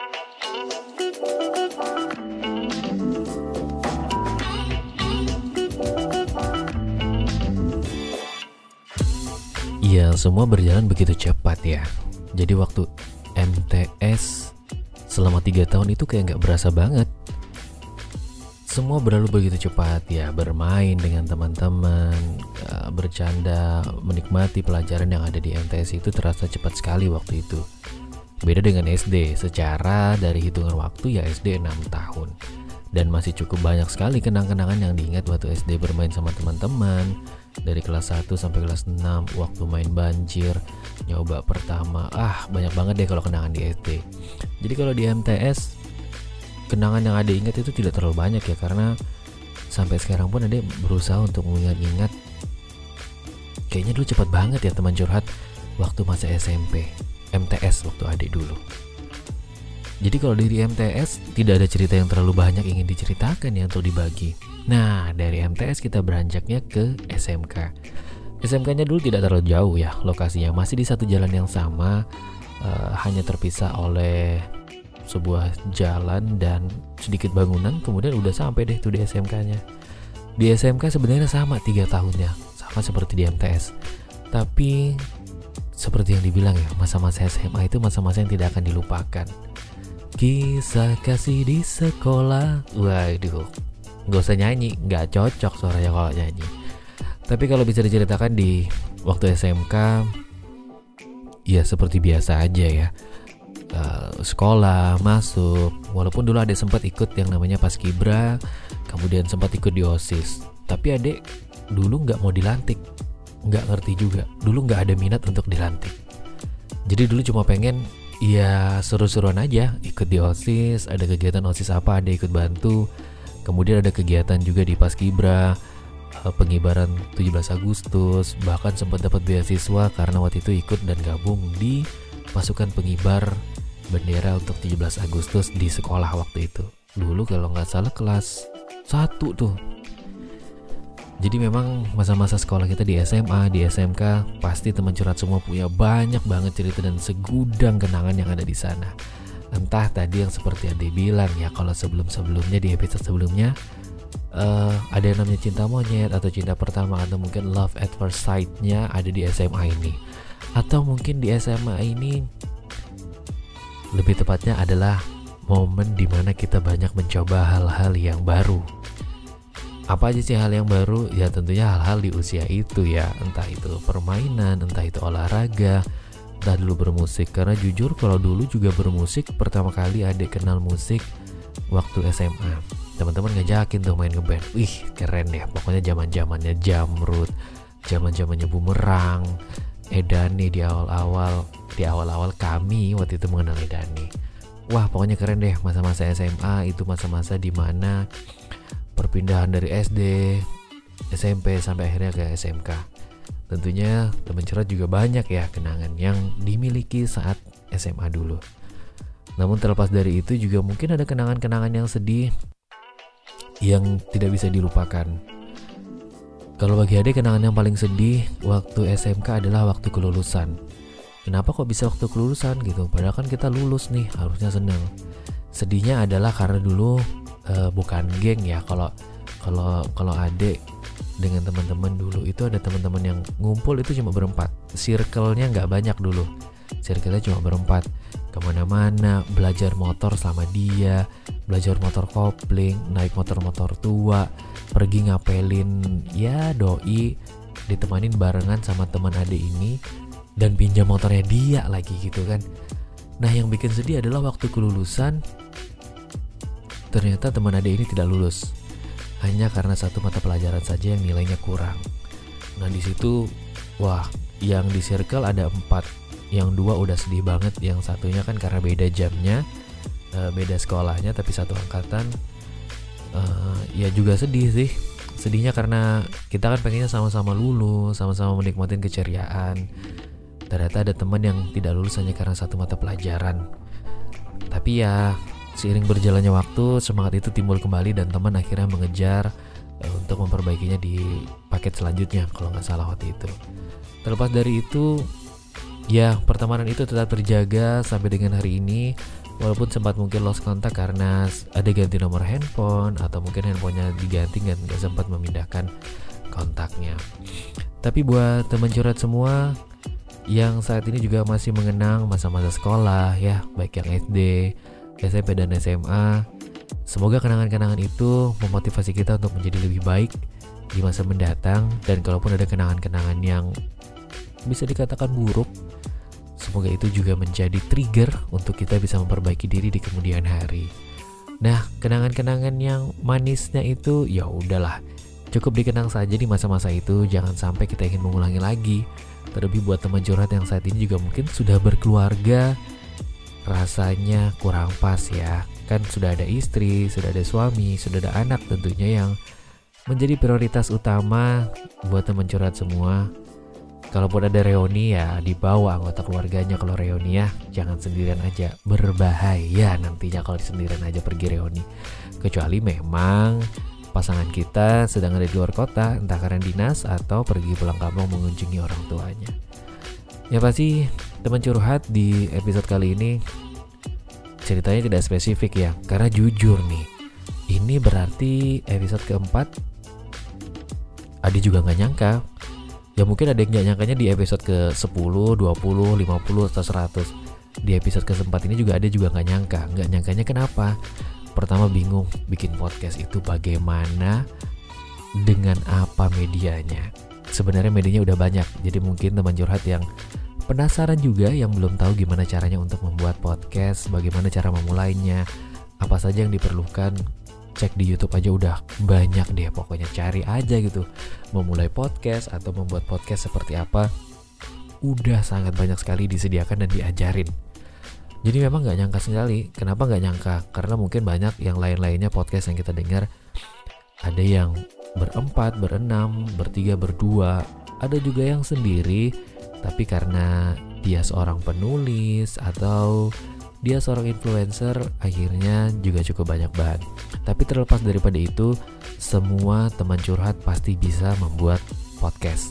Ya, semua berjalan begitu cepat ya. Jadi waktu MTS selama 3 tahun itu kayak gak berasa banget. Semua berlalu begitu cepat ya, bermain dengan teman-teman, bercanda, menikmati pelajaran yang ada di MTS itu terasa cepat sekali waktu itu. Beda dengan SD, secara dari hitungan waktu ya SD 6 tahun. Dan masih cukup banyak sekali kenang-kenangan yang diingat waktu SD bermain sama teman-teman. Dari kelas 1 sampai kelas 6, waktu main banjir, nyoba pertama, banyak banget deh kalau kenangan di SD. Jadi kalau di MTS, kenangan yang Ade ingat itu tidak terlalu banyak ya, karena sampai sekarang pun Ade berusaha untuk mengingat-ingat. Kayaknya dulu cepat banget ya teman curhat waktu masa SMP, MTS waktu Ade dulu. Jadi kalau dari MTS tidak ada cerita yang terlalu banyak ingin diceritakan ya untuk dibagi. Nah, dari MTS kita beranjaknya ke SMK. SMK-nya dulu tidak terlalu jauh ya lokasinya, masih di satu jalan yang sama, hanya terpisah oleh sebuah jalan dan sedikit bangunan, kemudian udah sampai deh tuh di SMK-nya. Di SMK sebenarnya sama 3 tahunnya, sama seperti di MTS. Tapi seperti yang dibilang ya, masa-masa SMA itu masa-masa yang tidak akan dilupakan. Kisah kasih di sekolah. Waduh, gak usah nyanyi, gak cocok suaranya kalau nyanyi. Tapi kalau bisa diceritakan di waktu SMK, ya seperti biasa aja ya. Sekolah, masuk, walaupun dulu Adek sempat ikut yang namanya Paskibra, kemudian sempat ikut di OSIS. Tapi Adek dulu gak mau dilantik, gak ngerti juga, dulu gak ada minat untuk dilantik. Jadi dulu cuma pengen ya seru-seruan aja, ikut di OSIS, ada kegiatan OSIS apa Adek ikut bantu. Kemudian ada kegiatan juga di Paskibra, pengibaran 17 Agustus, bahkan sempat dapat beasiswa karena waktu itu ikut dan gabung di pasukan pengibar bendera untuk 17 Agustus di sekolah waktu itu. Dulu kalau nggak salah kelas 1 tuh. Jadi memang masa-masa sekolah kita di SMA, di SMK, pasti teman curhat semua punya banyak banget cerita dan segudang kenangan yang ada di sana. Entah tadi yang seperti Ade bilang ya, kalau sebelum-sebelumnya di episode sebelumnya ada yang namanya cinta monyet atau cinta pertama, atau mungkin love at first sight-nya ada di SMA ini. Atau mungkin di SMA ini lebih tepatnya adalah momen dimana kita banyak mencoba hal-hal yang baru. Apa aja sih hal yang baru? Ya tentunya hal-hal di usia itu ya, entah itu permainan, entah itu olahraga, entah dulu bermusik. Karena jujur kalau dulu juga bermusik, pertama kali Adek kenal musik waktu SMA. Teman-teman ngajakin tuh main ngeband. Wih keren deh, pokoknya zaman-zamannya Jamrud, zaman-zamannya Bumerang, Edani di awal-awal kami waktu itu mengenal Edani. Wah pokoknya keren deh masa-masa SMA itu, masa-masa dimana perpindahan dari SD, SMP sampai akhirnya ke SMK. Tentunya teman curhat juga banyak ya kenangan yang dimiliki saat SMA dulu. Namun terlepas dari itu juga mungkin ada kenangan-kenangan yang sedih yang tidak bisa dilupakan. Kalau bagi Ade kenangan yang paling sedih waktu SMK adalah waktu kelulusan. Kenapa kok bisa waktu kelulusan gitu? Padahal kan kita lulus nih, harusnya senang. Sedihnya adalah karena dulu bukan geng ya. Kalau Ade dengan teman-teman dulu itu ada teman-teman yang ngumpul itu cuma berempat. Circle-nya nggak banyak dulu. Circle-nya cuma berempat. Kemana-mana, belajar motor sama dia, belajar motor kopling, naik motor-motor tua, pergi ngapelin ya doi, ditemanin barengan sama teman Ade ini, dan pinjam motornya dia lagi gitu kan. Nah yang bikin sedih adalah waktu kelulusan, ternyata teman Ade ini tidak lulus, hanya karena satu mata pelajaran saja yang nilainya kurang. Nah di situ, wah, yang di circle ada 4. Yang 2 udah sedih banget, yang satunya kan karena beda jamnya, beda sekolahnya tapi satu angkatan. Ya juga sedih sih. Sedihnya karena kita kan pengennya sama-sama lulus, sama-sama menikmatin keceriaan. Ternyata ada teman yang tidak lulus hanya karena satu mata pelajaran. Tapi ya seiring berjalannya waktu, semangat itu timbul kembali dan teman akhirnya mengejar untuk memperbaikinya di paket selanjutnya kalau nggak salah waktu itu. Terlepas dari itu, ya pertemanan itu tetap terjaga sampai dengan hari ini. Walaupun sempat mungkin lost kontak karena ada ganti nomor handphone, atau mungkin handphonenya diganti nggak sempat memindahkan kontaknya. Tapi buat teman curhat semua yang saat ini juga masih mengenang masa-masa sekolah ya, baik yang SD, SMP dan SMA, semoga kenangan-kenangan itu memotivasi kita untuk menjadi lebih baik di masa mendatang. Dan kalaupun ada kenangan-kenangan yang bisa dikatakan buruk, semoga itu juga menjadi trigger untuk kita bisa memperbaiki diri di kemudian hari. Nah, kenangan-kenangan yang manisnya itu ya udahlah, cukup dikenang saja di masa-masa itu, jangan sampai kita ingin mengulangi lagi. Terlebih buat teman curhat yang saat ini juga mungkin sudah berkeluarga, rasanya kurang pas ya. Kan sudah ada istri, sudah ada suami, sudah ada anak tentunya yang menjadi prioritas utama buat teman curhat semua. Kalaupun ada reuni ya dibawa anggota keluarganya kalau reuni ya, jangan sendirian aja, berbahaya nantinya kalau sendirian aja pergi reuni. Kecuali memang pasangan kita sedang ada di luar kota, entah karena dinas atau pergi pulang kampung mengunjungi orang tuanya. Ya pasti teman curhat di episode kali ini ceritanya tidak spesifik ya, karena jujur nih, ini berarti episode keempat. Adi juga gak nyangka. Ya mungkin ada yang gak nyangkanya di episode ke-10, 20, 50, atau 100. Di episode ke-4 ini juga ada juga gak nyangka. Gak nyangkanya kenapa? Pertama bingung bikin podcast itu bagaimana, dengan apa medianya. Sebenarnya medianya udah banyak, jadi mungkin teman curhat yang penasaran juga, yang belum tahu gimana caranya untuk membuat podcast, bagaimana cara memulainya, apa saja yang diperlukan, cek di YouTube aja udah banyak deh, pokoknya cari aja gitu. Memulai podcast atau membuat podcast seperti apa, udah sangat banyak sekali disediakan dan diajarin. Jadi memang gak nyangka sekali. Kenapa gak nyangka? Karena mungkin banyak yang lain-lainnya podcast yang kita dengar, ada yang berempat, berenam, bertiga, berdua, ada juga yang sendiri. Tapi karena dia seorang penulis atau dia seorang influencer, akhirnya juga cukup banyak bahan. Tapi terlepas daripada itu, semua teman curhat pasti bisa membuat podcast.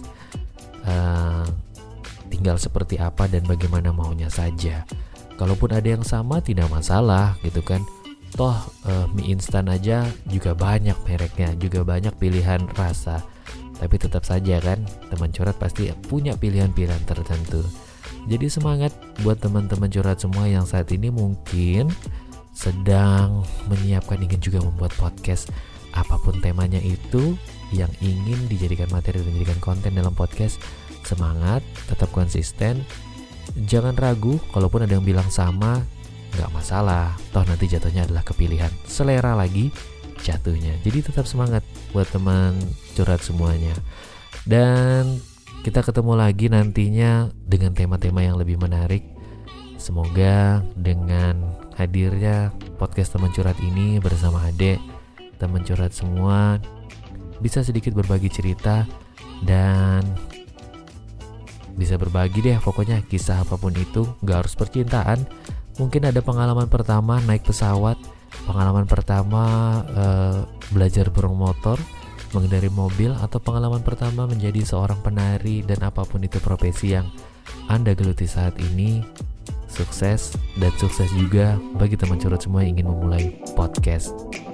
Tinggal seperti apa dan bagaimana maunya saja. Kalaupun ada yang sama tidak masalah gitu kan. Toh mie instan aja juga banyak mereknya, juga banyak pilihan rasa. Tapi tetap saja kan, teman curhat pasti punya pilihan-pilihan tertentu. Jadi semangat buat teman-teman curhat semua yang saat ini mungkin sedang menyiapkan, ingin juga membuat podcast. Apapun temanya itu yang ingin dijadikan materi dan dijadikan konten dalam podcast, semangat, tetap konsisten. Jangan ragu, kalaupun ada yang bilang sama, gak masalah. Toh nanti jatuhnya adalah kepilihan, selera lagi jatuhnya. Jadi tetap semangat buat teman curhat semuanya. Dan kita ketemu lagi nantinya dengan tema-tema yang lebih menarik. Semoga dengan hadirnya podcast teman curhat ini bersama Ade, teman curhat semua bisa sedikit berbagi cerita dan bisa berbagi deh pokoknya kisah apapun itu. Gak harus percintaan, mungkin ada pengalaman pertama naik pesawat, pengalaman pertama belajar bermotor, mengendari mobil, atau pengalaman pertama menjadi seorang penari, dan apapun itu profesi yang Anda geluti saat ini. Sukses, dan sukses juga bagi teman curhat semua yang ingin memulai podcast.